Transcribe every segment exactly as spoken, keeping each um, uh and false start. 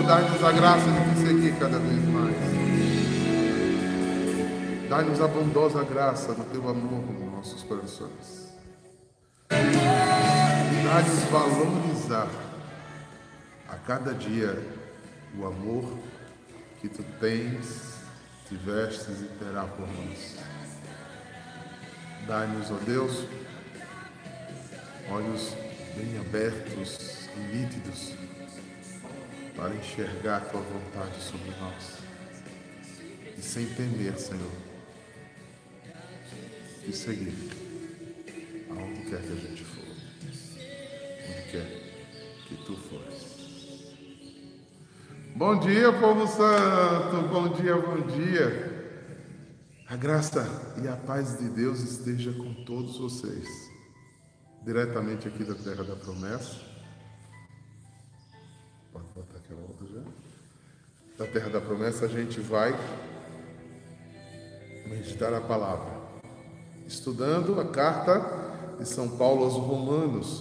dai-nos a graça de te seguir cada vez mais. Dai-nos a bondosa graça do teu amor nos nossos corações. Dai-nos valorizar a cada dia o amor que tu tens, tivestes e terá por nós. Dai-nos, ó Deus, olhos bem abertos e nítidos para enxergar a tua vontade sobre nós. E sem temer, Senhor, e seguir aonde quer que a gente for, onde quer que tu fores. Bom dia, povo santo, bom dia, bom dia. A graça e a paz de Deus esteja com todos vocês, diretamente aqui da Terra da Promessa. Pode botar aquela outra já. Da Terra da Promessa a gente vai meditar a palavra, estudando a carta de São Paulo aos Romanos,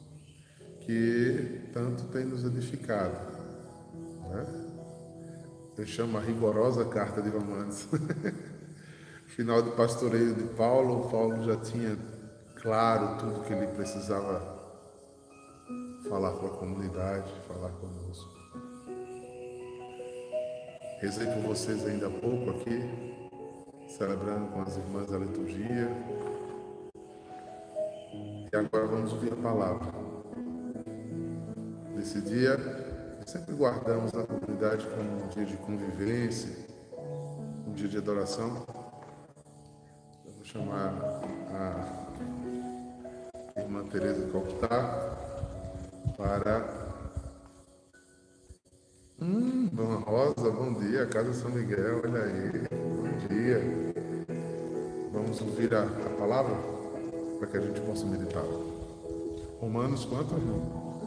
que tanto tem nos edificado, né? Eu chamo a rigorosa carta de Romanos. Final do pastoreio de Paulo, Paulo já tinha claro tudo que ele precisava falar com a comunidade, falar conosco. Rezei por vocês ainda há pouco aqui, celebrando com as irmãs a liturgia. E agora vamos ouvir a palavra. Nesse dia, sempre guardamos na comunidade como um dia de convivência, um dia de adoração. Eu vou chamar a irmã Tereza Calcutá para... Hum, Dona Rosa, bom dia, Casa São Miguel, olha aí, bom dia. Vamos ouvir a, a palavra para que a gente possa meditar. Romanos quanto, irmão?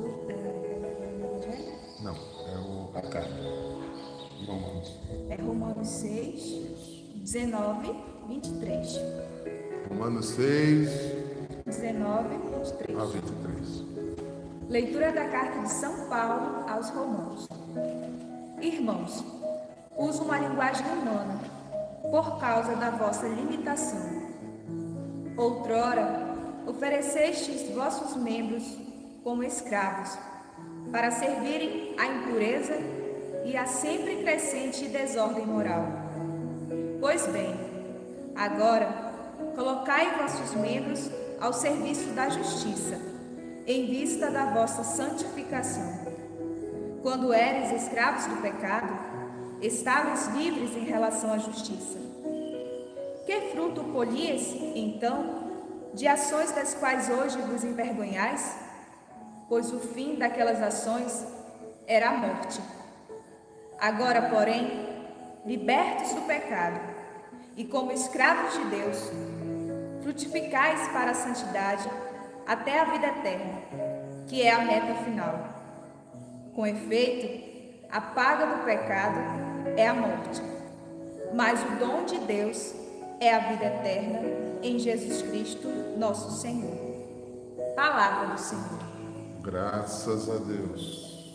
Não, é o, a carta. Romanos. É Romanos seis, dezenove, vinte e três. Romanos seis, dezenove, vinte e três. a vinte e três. Leitura da carta de São Paulo aos Romanos. Irmãos, uso uma linguagem humana, por causa da vossa limitação. Outrora, oferecestes vossos membros como escravos, para servirem à impureza e à sempre crescente desordem moral. Pois bem, agora, colocai vossos membros ao serviço da justiça, em vista da vossa santificação. Quando éreis escravos do pecado, estavais livres em relação à justiça. Que fruto colhies, então, de ações das quais hoje vos envergonhais? Pois o fim daquelas ações era a morte. Agora, porém, libertos do pecado e como escravos de Deus, frutificais para a santidade até a vida eterna, que é a meta final. Com efeito, a paga do pecado é a morte, mas o dom de Deus é a vida eterna em Jesus Cristo, nosso Senhor. Palavra do Senhor. Graças a Deus.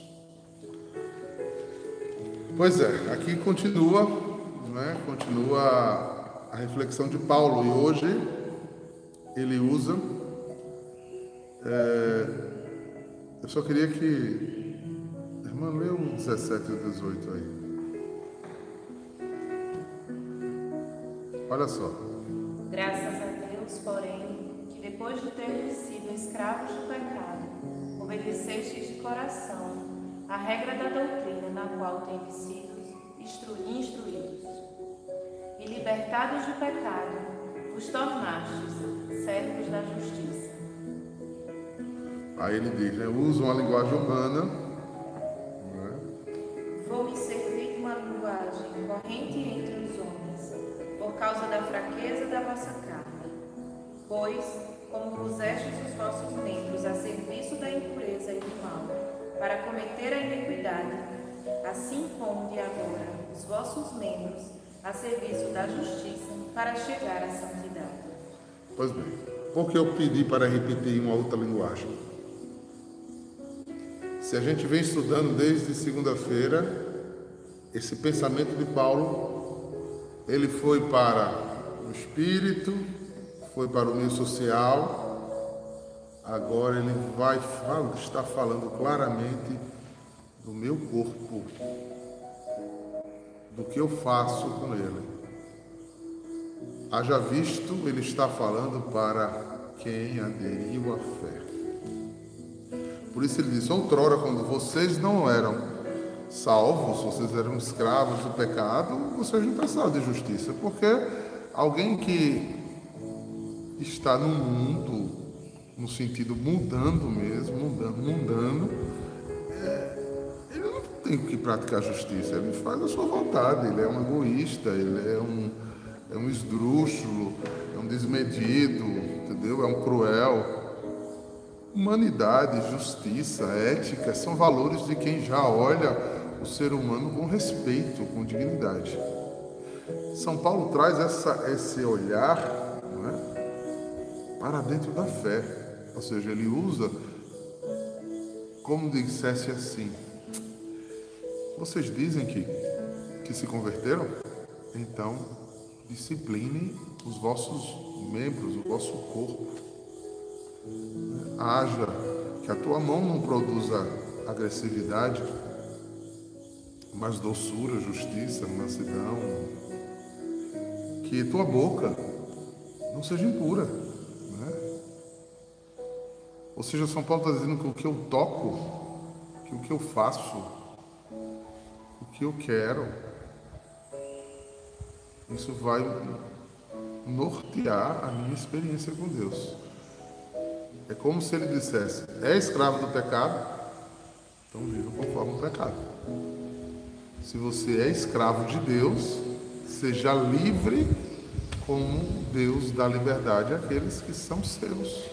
Pois é, aqui continua, né? Continua a reflexão de Paulo, e hoje ele usa. É, eu só queria que a irmã lê o dezessete e o dezoito aí. Olha só. Graças a Deus, porém, que depois de termos sido escravos do pecado, obedecestes de coração a regra da doutrina na qual tendes sido instru- instruídos. E libertados do pecado, vos tornastes servos da justiça. Aí ele diz, né? Usa uma linguagem humana. Né? Vou-me servir de uma linguagem corrente entre os homens, por causa da fraqueza da vossa carne. Pois, como pusestes os vossos membros a serviço da impureza e do mal, para cometer a iniquidade, assim ponde agora os vossos membros a serviço da justiça, para chegar à santidade. Pois bem, por que eu pedi para repetir em uma outra linguagem? Se a gente vem estudando desde segunda-feira, esse pensamento de Paulo, ele foi para o espírito, foi para o meio social, agora ele vai estar falando claramente do meu corpo, do que eu faço com ele. Haja visto, ele está falando para quem aderiu à fé. Por isso ele diz: outrora, quando vocês não eram salvos, vocês eram escravos do pecado, vocês não precisavam de justiça, porque alguém que está no mundo, no sentido mudando mesmo, mudando, mudando, é, ele não tem que praticar justiça, ele faz a sua vontade, ele é um egoísta, ele é um, é um esdrúxulo, é um desmedido, entendeu? É um cruel. Humanidade, justiça, ética são valores de quem já olha o ser humano com respeito, com dignidade. São Paulo traz essa, esse olhar, não é, para dentro da fé, ou seja, ele usa como dissesse assim: vocês dizem que, que se converteram? Então disciplinem os vossos membros, o vosso corpo. Haja que a tua mão não produza agressividade, mas doçura, justiça, mansidão. Que tua boca não seja impura, né? Ou seja, São Paulo está dizendo que o que eu toco, que o que eu faço, o que eu quero, isso vai nortear a minha experiência com Deus. É como se ele dissesse: é escravo do pecado, então viva conforme o pecado. Se você é escravo de Deus, seja livre como Deus dá liberdade àqueles que são seus.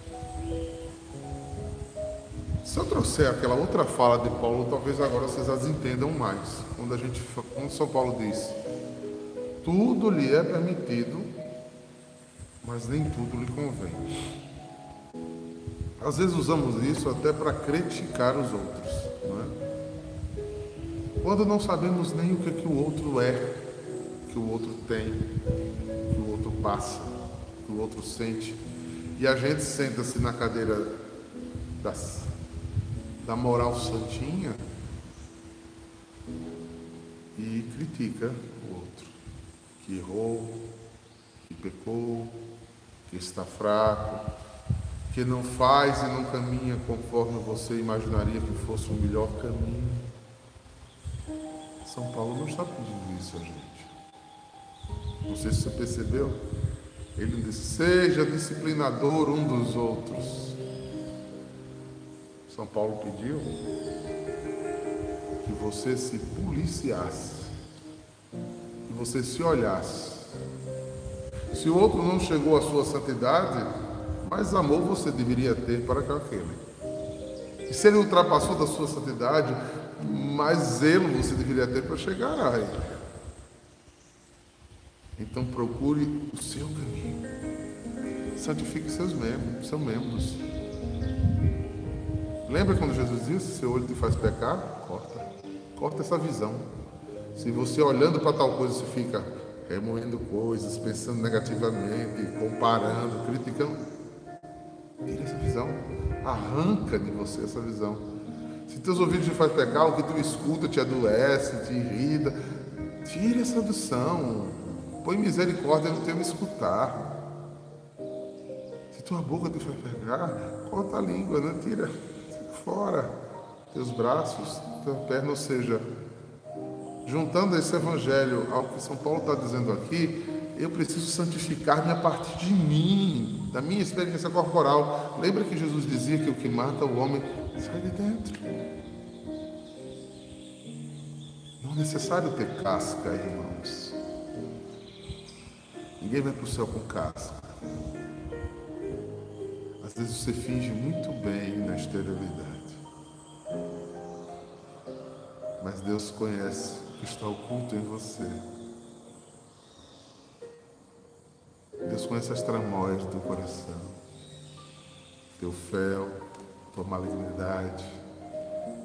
Se eu trouxer aquela outra fala de Paulo, talvez agora vocês as entendam mais. Quando a gente, quando São Paulo diz: tudo lhe é permitido, mas nem tudo lhe convém. Às vezes usamos isso até para criticar os outros, não é? Quando não sabemos nem o que, que o outro é, que o outro tem, que o outro passa, que o outro sente, e a gente senta-se na cadeira das, da moral santinha e critica o outro, que errou, que pecou, que está fraco, que não faz e não caminha conforme você imaginaria que fosse o melhor caminho. São Paulo não está pedindo isso a gente. Não sei se você percebeu. Ele disse: seja disciplinador um dos outros. São Paulo pediu que você se policiasse, que você se olhasse. Se o outro não chegou à sua santidade, mais amor você deveria ter para com aquele. E se ele ultrapassou da sua santidade, mais zelo você deveria ter para chegar a ele. Então procure o seu caminho. Santifique seus membros, seus membros. Lembra quando Jesus disse: seu olho te faz pecar? Corta. Corta essa visão. Se você olhando para tal coisa, você fica remoendo coisas, pensando negativamente, comparando, criticando, tira essa visão, arranca de você essa visão. Se teus ouvidos te fazem pecar, o que tu escuta te adoece, te irrita, tira essa visão, põe misericórdia no teu escutar. Se tua boca te faz pecar, corta a língua, né? Tira, tira fora teus braços, tua perna, ou seja, juntando esse evangelho ao que São Paulo está dizendo aqui, eu preciso santificar-me a partir de mim, da minha experiência corporal. Lembra que Jesus dizia que o que mata o homem sai de dentro. Não é necessário ter casca, irmãos. Ninguém vai para o céu com casca. Às vezes você finge muito bem na exterioridade, mas Deus conhece o que está oculto em você. Deus conhece as tramóias do teu coração, teu fel, tua malignidade,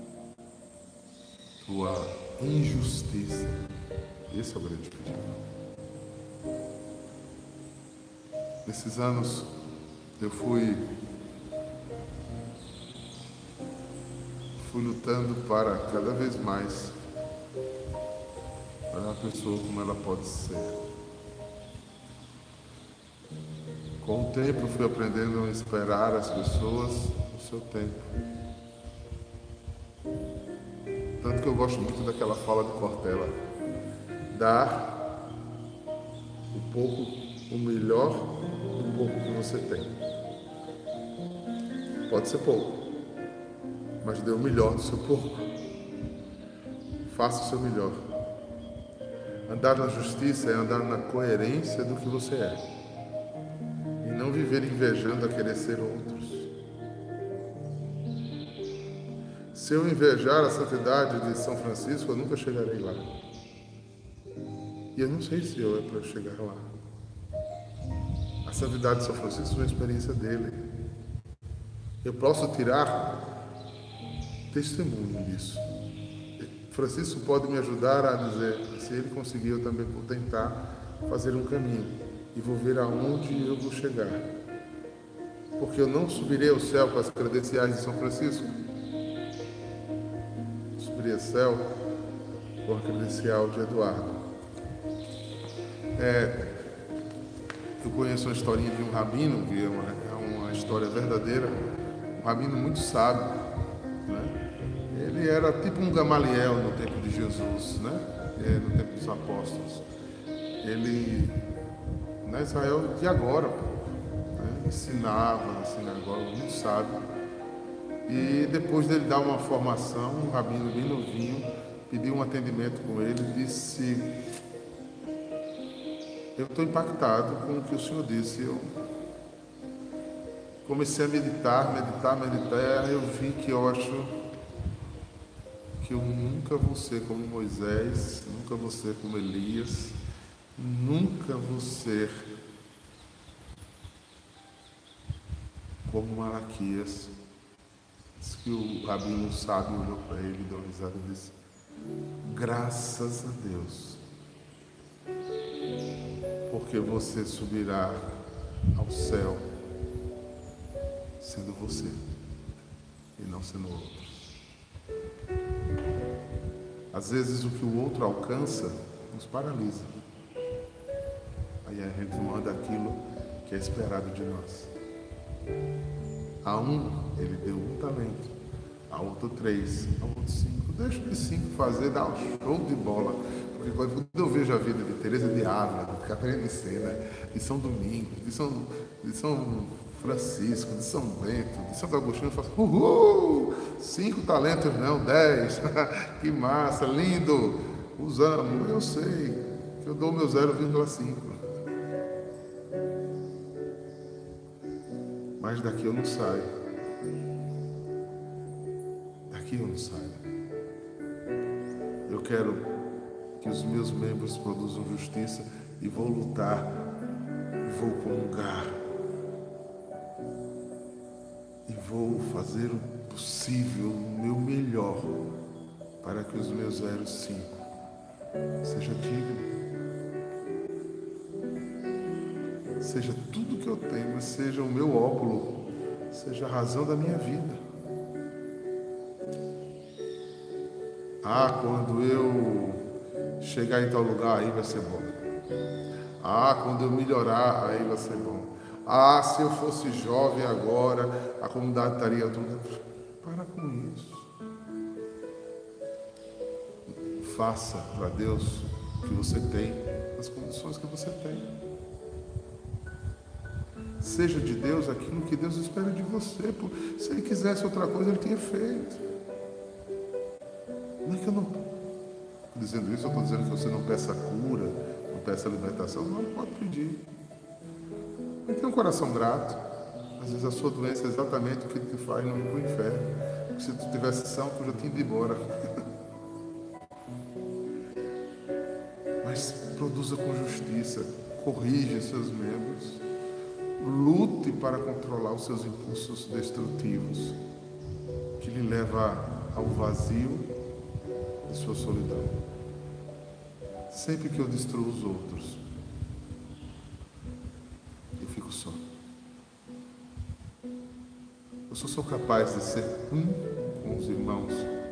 sua injustiça. Esse é o grande pedido. Nesses anos eu fui fui lutando para cada vez mais para a pessoa como ela pode ser. Com o tempo eu fui aprendendo a esperar as pessoas no seu tempo. Tanto que eu gosto muito daquela fala de Cortella: dar o pouco, o melhor do pouco que você tem. Pode ser pouco, mas dê o melhor do seu pouco. Faça o seu melhor. Andar na justiça é andar na coerência do que você é. E não viver invejando a querer ser outros. Se eu invejar a santidade de São Francisco, eu nunca chegarei lá. E eu não sei se eu é para chegar lá. A santidade de São Francisco é uma experiência dele. Eu posso tirar testemunho disso. Francisco pode me ajudar a dizer, se ele conseguir, eu também vou tentar fazer um caminho e vou ver aonde eu vou chegar. Porque eu não subirei ao céu com as credenciais de São Francisco. Subirei ao céu com a credencial de Eduardo. É, eu conheço uma historinha de um rabino, que é uma, é uma história verdadeira, um rabino muito sábio, né? Ele era tipo um Gamaliel no tempo de Jesus, né? É, no tempo dos apóstolos. Ele, na Israel de agora, né? Ensinava na sinagoga, muito sábio. E depois dele dar uma formação, um rabino bem novinho pediu um atendimento com ele e disse: eu estou impactado com o que o senhor disse. Eu comecei a meditar, meditar, meditar, eu vi que eu acho que eu nunca vou ser como Moisés, nunca vou ser como Elias, nunca vou ser como Malaquias. Diz que o rabino sábio olhou para ele, deu uma risada e disse: graças a Deus, porque você subirá ao céu sendo você e não sendo outro. Às vezes o que o outro alcança nos paralisa. Aí a gente manda aquilo que é esperado de nós. A um ele deu um talento, a outro três, a outro cinco. Deixa de cinco fazer, dá um show de bola. Porque quando eu vejo a vida de Teresa de Ávila, de Catarina de Sena, de São Domingos, de São, de São Francisco, de São Bento, de Santo Agostinho, eu faço uhul! Cinco talentos não, dez. Que massa, lindo! Usamos, eu sei que eu dou meu zero vírgula cinco. Mas daqui eu não saio. Daqui eu não saio. Eu quero que os meus membros produzam justiça e vou lutar, e vou comungar, e vou fazer o possível, o meu melhor, para que os meus zero cinco seja digno, seja tudo que eu tenho, mas seja o meu óculo, seja a razão da minha vida. Ah, quando eu chegar em tal lugar, aí vai ser bom. Ah, quando eu melhorar, aí vai ser bom. Ah, se eu fosse jovem agora, a comunidade estaria toda... Para com isso. Faça para Deus o que você tem, as condições que você tem. Seja de Deus aquilo que Deus espera de você. Se Ele quisesse outra coisa, Ele tinha feito. Não é que eu não estou dizendo isso, eu estou dizendo que você não peça cura, não peça libertação. Não, pode pedir. Ele tem um coração grato. Às vezes a sua doença é exatamente o que te faz não ir para o inferno. Porque se tu tivesse são, tu já tinha ido embora. Mas produza com justiça, corrija seus membros, lute para controlar os seus impulsos destrutivos, que lhe leva ao vazio de sua solidão. Sempre que eu destruo os outros, eu fico só. Eu só sou capaz de ser um com os irmãos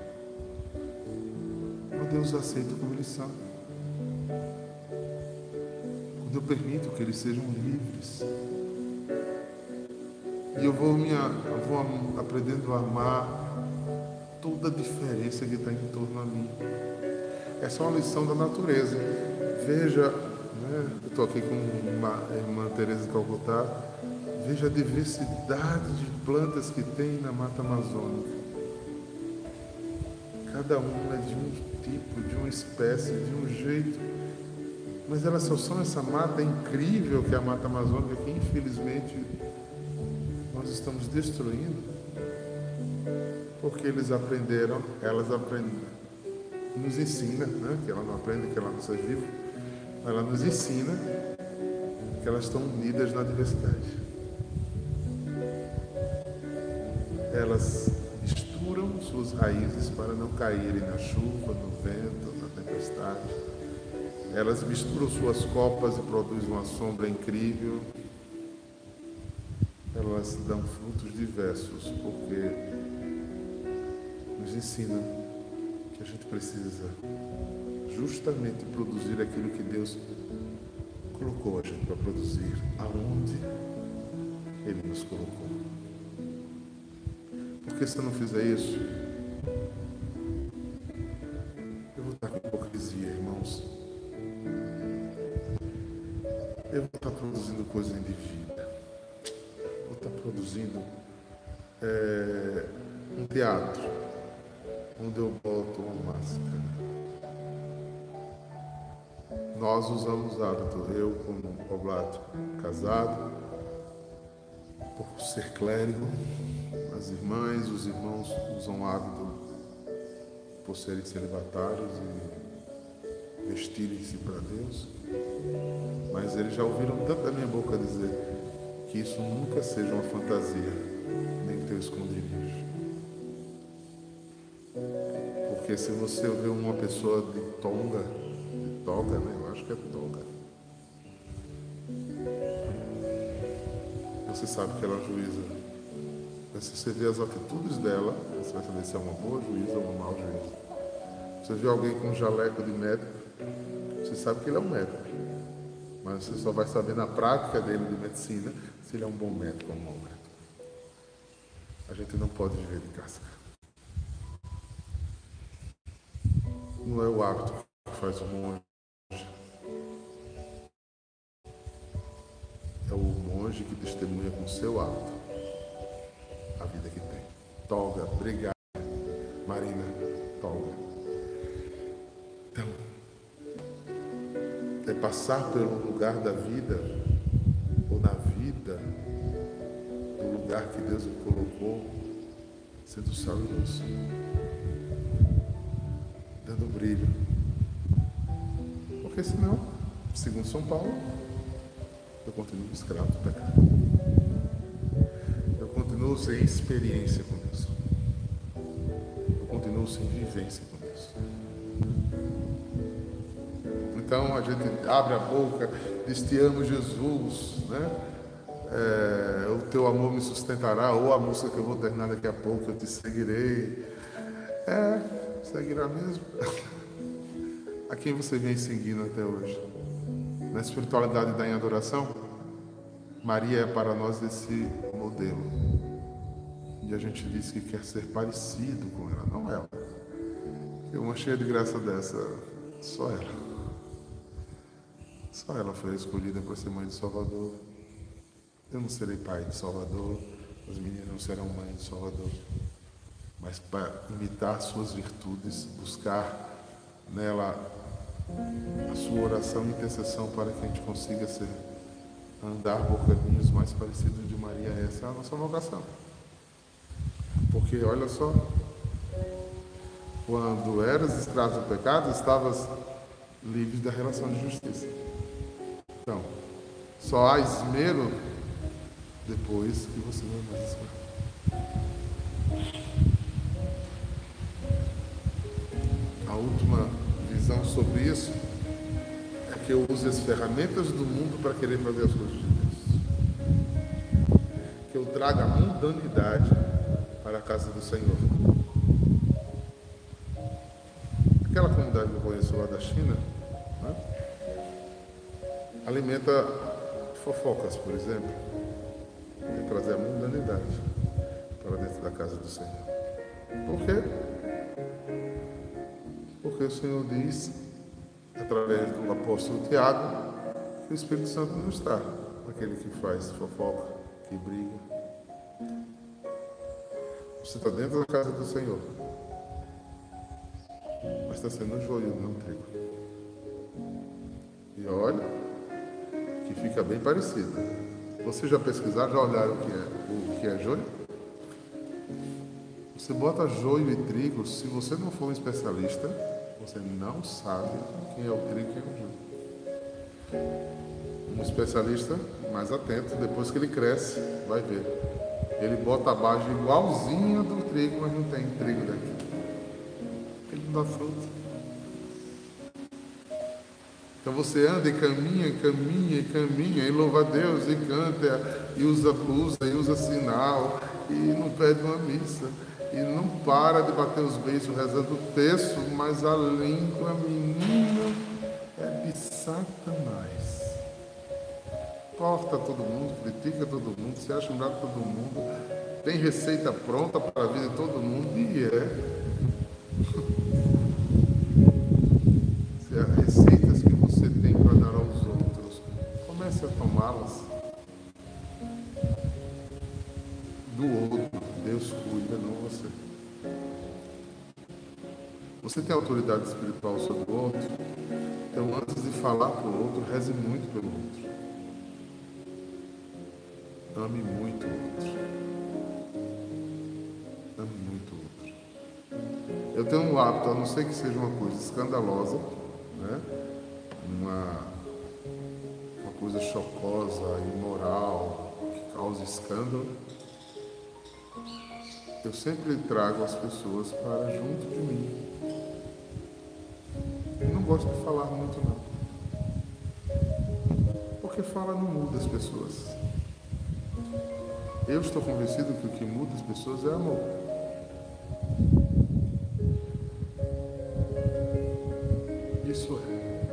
quando eu os aceito como eles são. Quando eu permito que eles sejam livres. E eu vou, me, eu vou aprendendo a amar toda a diferença que está em torno a mim. Essa é uma lição da natureza. Veja, né, eu estou aqui com uma irmã Teresa de Calcutá, veja a diversidade de plantas que tem na Mata Amazônica. Cada uma é de um tipo, de uma espécie, de um jeito. Mas elas só são essa mata incrível que é a Mata Amazônica, que infelizmente nós estamos destruindo, porque eles aprenderam, elas aprendem, nos ensina, né? Que ela não aprende, que ela não sai viva, ela nos ensina que elas estão unidas na diversidade. Elas misturam suas raízes para não caírem na chuva, no vento, na tempestade. Elas misturam suas copas e produzem uma sombra incrível. Elas dão frutos diversos, porque nos ensinam que a gente precisa justamente produzir aquilo que Deus colocou a gente para produzir, aonde Ele nos colocou. Porque se eu não fizer isso, eu vou estar com hipocrisia, irmãos. Eu vou estar produzindo coisa indevida. Vou estar produzindo é, um teatro onde eu boto uma máscara. Nós usamos hábito, eu como oblato casado, por ser clérigo, as irmãs, os irmãos usam hábito por serem celibatários e vestirem-se para Deus. Mas eles já ouviram tanto da minha boca dizer que isso nunca seja uma fantasia, nem teu esconderijo. Porque se você vê uma pessoa de tonga, de toga, né? Eu acho que é toga. Você sabe que ela é juíza. Mas se você vê as atitudes dela, você vai saber se é uma boa juíza ou uma mau juíza. Você vê alguém com um jaleco de médico, você sabe que ele é um médico. Mas você só vai saber na prática dele de medicina se ele é um bom médico ou um mau médico. A gente não pode viver de casca. Não é o hábito que faz o monge. É o monge que testemunha com o seu hábito a vida que tem. Toga, obrigado. Marina, toga. Então, é passar pelo lugar da vida, ou na vida, do lugar que Deus me colocou, sendo sal e luz, dando brilho. Porque senão, segundo São Paulo, eu continuo escravo do pecado. Eu continuo sem experiência com Deus. Eu continuo sem vivência com Deus. Então a gente abre a boca, diz: te amo, Jesus, né? É, o teu amor me sustentará, ou a música que eu vou terminar daqui a pouco, eu te seguirei. É, seguirá mesmo. A quem você vem seguindo até hoje? Na espiritualidade da em adoração, Maria é para nós esse modelo. E a gente diz que quer ser parecido com ela, não ela. E uma cheia de graça dessa, só ela. Só ela foi escolhida para ser mãe de Salvador. Eu não serei pai de Salvador, as meninas não serão mães de Salvador. Mas para imitar suas virtudes, buscar nela a sua oração e intercessão para que a gente consiga ser, andar por caminhos mais parecidos de Maria. Essa é a nossa vocação. Porque, olha só, quando eras escravo do pecado, estavas livre da relação de justiça. Então, só há esmero depois que você não é mais escravo. a última visão sobre isso é que eu use as ferramentas do mundo para querer fazer as coisas de Deus. Que eu traga a mundanidade para a casa do Senhor. Aquela comunidade que eu conheço lá da China, né, alimenta fofocas, por exemplo, e trazer a mundanidade para dentro da casa do Senhor. Por quê? Porque o Senhor diz, através do apóstolo Tiago, que o Espírito Santo não está naquele que faz fofoca, que briga. Você está dentro da casa do Senhor, mas está sendo joio, não trigo. E olha, que fica bem parecido. Vocês já pesquisaram, já olharam o que é, o que é joio? Você bota joio e trigo, se você não for um especialista, você não sabe quem é o trigo e quem é o joio. Um especialista, mais atento, depois que ele cresce, vai ver. Ele bota a base igualzinha do trigo, mas não tem trigo dentro. Ele não dá fruto. Então você anda e caminha, e caminha, e caminha, e louva a Deus, e canta, e usa, usa, e usa sinal, e não perde uma missa, e não para de bater os beiços rezando o texto, mas a língua, menina, é de Satanás. Corta todo mundo, critica todo mundo, se acha melhor que todo mundo, tem receita pronta para a vida de todo mundo, e é. Receitas que você tem para dar aos outros, comece a tomá-las. Do outro, Deus cuida, não você. Você tem autoridade espiritual sobre o outro, então antes de falar para o outro, reze muito pelo outro. Ame muito o outro. Ame muito o outro. Eu tenho um hábito, a não ser que seja uma coisa escandalosa, né? uma, uma coisa chocosa, imoral, que causa escândalo, eu sempre trago as pessoas para junto de mim. Eu não gosto de falar muito, não. Porque fala não muda as pessoas. Eu estou convencido que o que muda as pessoas é amor. Isso é.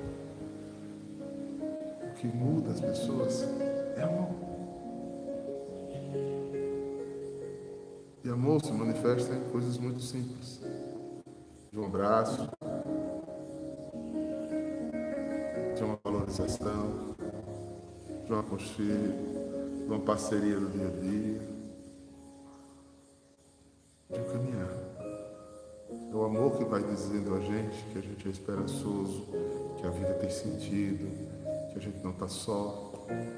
O que muda as pessoas é amor. E amor se manifesta em coisas muito simples. De um abraço, de uma valorização, de um aconchego, de uma parceria no dia a dia, de um caminhar. É o amor que vai dizendo a gente que a gente é esperançoso, que a vida tem sentido, que a gente não está só.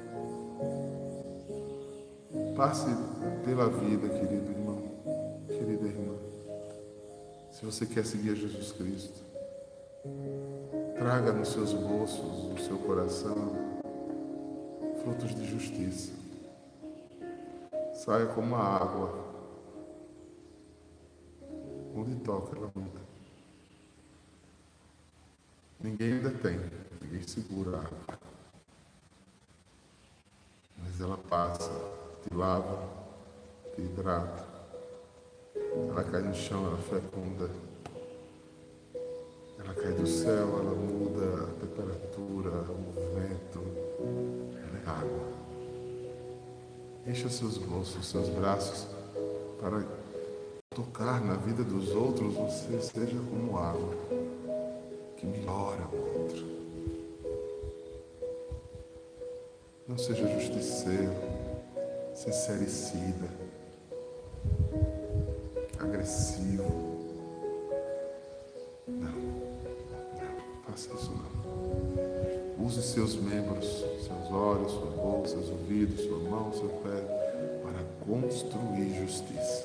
Passe pela vida, querido irmão, querida irmã. Se você quer seguir a Jesus Cristo, traga nos seus bolsos, no seu coração, frutos de justiça. Saia como a água. Onde toca, ela muda. Ninguém detém, ninguém segura a água. Mas ela passa, te lava, te hidrata. Ela cai no chão, ela fecunda. Ela cai do céu, ela muda a temperatura, o vento. Ela é água. Encha seus bolsos, seus braços para tocar na vida dos outros, você seja como água que melhora o outro. Não seja justiceiro, sincericida, agressivo. Não, não, faça isso não. Use seus membros, seus olhos, sua boca, seus ouvidos, sua mão, seu pé, para construir justiça.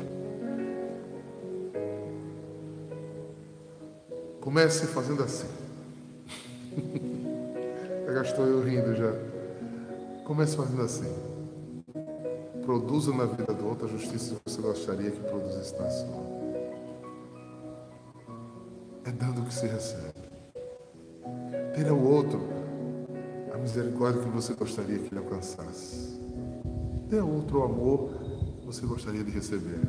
Comece fazendo assim. Já estou eu rindo já. Comece fazendo assim. Produza na vida do outro a justiça que você gostaria que produzisse na sua. É dando que se recebe. Dê ao outro a misericórdia que você gostaria que ele alcançasse. Dê ao outro o amor que você gostaria de receber.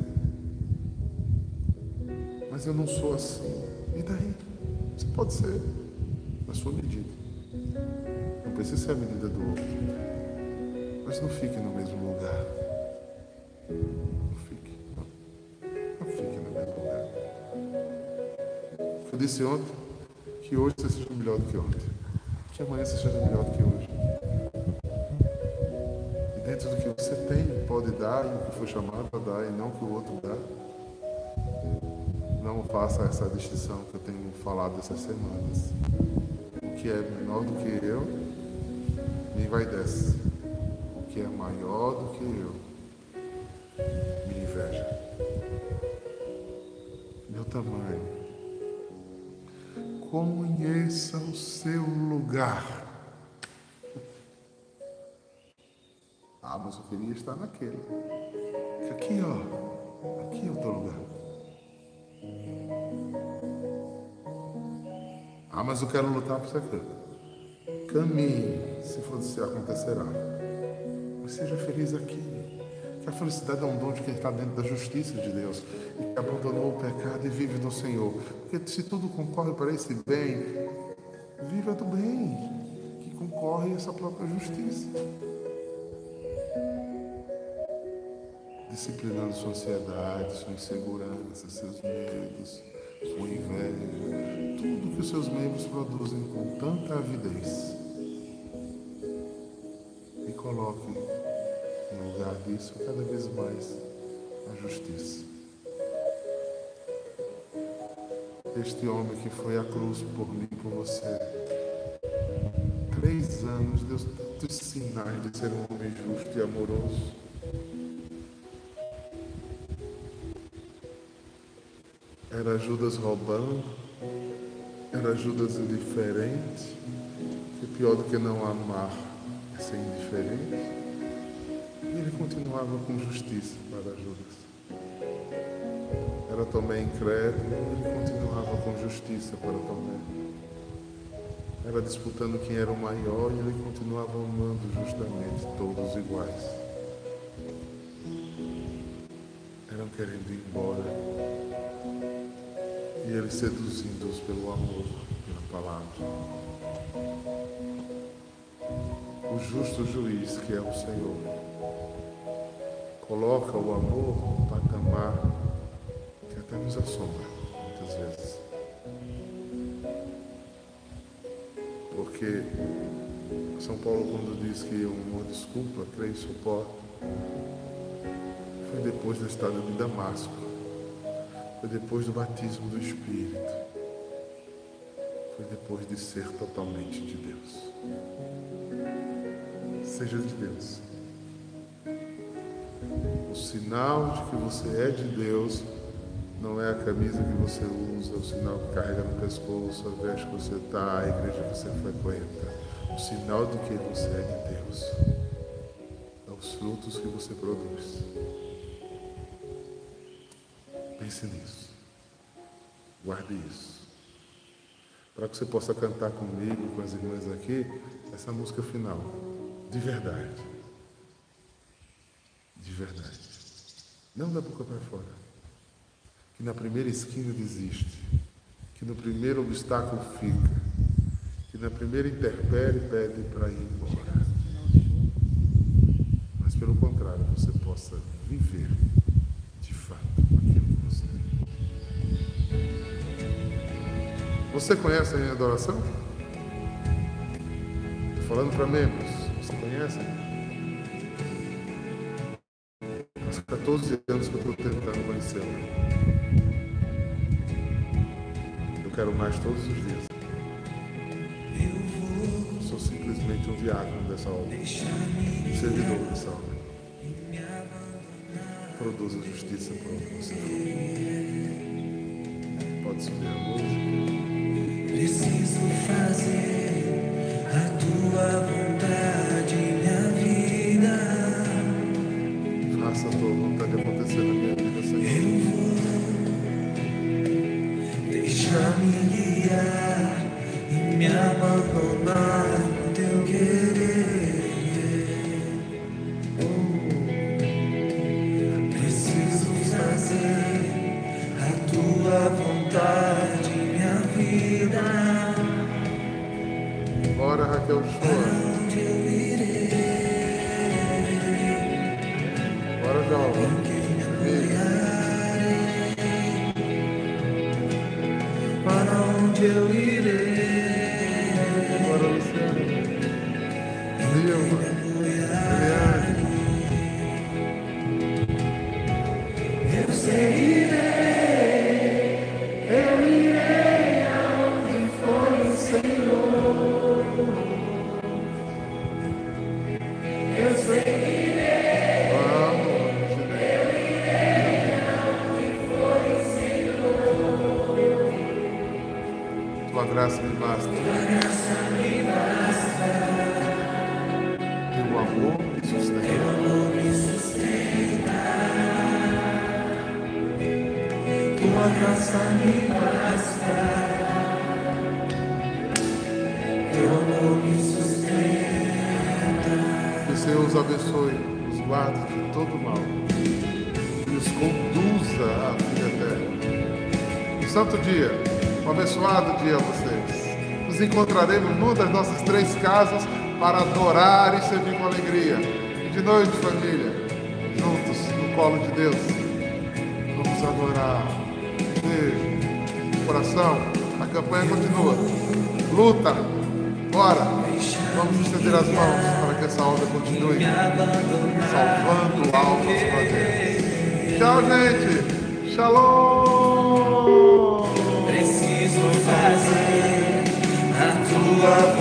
Mas eu não sou assim. E daí? Você pode ser na sua medida. Não precisa ser a medida do outro. Mas não fique no mesmo lugar. Não fique. Não, não fique no mesmo lugar. Eu disse ontem que hoje você seja melhor do que ontem. Que amanhã você seja melhor do que hoje. E dentro do que você tem, pode dar, e o que foi chamado a dar, e não o que o outro dá. Não faça essa distinção que eu tenho falado essas semanas. O que é menor do que eu, me envaidece. O que é maior do que eu, me inveja. Meu tamanho. Conheça o seu lugar. Ah, mas eu queria estar naquele. Aqui, ó. Aqui é o teu lugar. Ah, mas eu quero lutar por isso aqui. Caminhe, se for se acontecerá. Mas seja feliz aqui. Que a felicidade é um dom de quem está dentro da justiça de Deus e que abandonou o pecado e vive no Senhor. Porque se tudo concorre para esse bem, viva do bem, que concorre a essa própria justiça. Disciplinando sua ansiedade, sua insegurança, seus medos, sua inveja, tudo que os seus membros produzem com tanta avidez. E coloque no lugar disso cada vez mais a justiça. Este homem que foi à cruz por mim e por você, três anos, deu tantos sinais de ser um homem justo e amoroso. Era Judas roubando, era Judas indiferente, que pior do que não amar é ser indiferente. E ele continuava com justiça para Judas. Era Tomé incrédulo, ele continuava com justiça para Tomé. Era disputando quem era o maior e ele continuava amando justamente todos iguais. Eram querendo ir embora. E ele seduzindo-os pelo amor, pela palavra. O justo juiz, que é o Senhor, coloca o amor no patamar que até nos assombra, muitas vezes. Porque São Paulo, quando diz que o amor desculpa, crê e suporta, foi depois da estrada de Damasco. Foi depois do batismo do Espírito. Foi depois de ser totalmente de Deus. Seja de Deus. O sinal de que você é de Deus não é a camisa que você usa, o sinal que carrega no pescoço, a veste que você está, a igreja que você frequenta. O sinal de que você é de Deus é os frutos que você produz. Pense nisso. Guarde isso. Para que você possa cantar comigo, com as irmãs aqui, essa música final. De verdade. De verdade. Não da boca para fora. Que na primeira esquina desiste. Que no primeiro obstáculo fica. Que na primeira intempérie pede para ir embora. Mas pelo contrário, você possa viver de fato aquilo que você tem. Você conhece a minha adoração? Estou falando para membros. Você conhece? Há catorze anos que eu estou tentando conhecê-la. Eu quero mais todos os dias. Eu sou simplesmente um diácono dessa obra. Um servidor dessa obra. Produza justiça para você. Pode subir a música. Preciso fazer a tua vontade, minha vida. Faça a tua vontade acontecer na minha vida, Senhor. Eu vou deixar minha me abandonar no teu querer. Preciso fazer a tua vontade, minha vida. Bora, Raquel, chora. Onde eu irei? Bora, João. Para onde eu irei? Bora, Luciano. Vilma. Eliane. Eu sei irei, eu irei aonde for o Senhor. Eu sei irei, Vamos, eu irei aonde for o Senhor. tua graça me basta. Tua graça me basta, Teu amor me teu sustenta. amor me sustenta. Tua graça me basta, teu amor me sustenta. Que o Senhor os abençoe, os guarde de todo mal e os conduza à vida eterna. Um santo dia, um abençoado dia a vocês. Nos encontraremos numa das nossas três casas para adorar e servir com alegria. E de noite, família, juntos no colo de Deus, vamos adorar. Beijo, coração, a campanha continua. Luta, bora, vamos estender as mãos para que essa obra continue salvando almas para Deus. Tchau, gente. Shalom. Preciso fazer a tua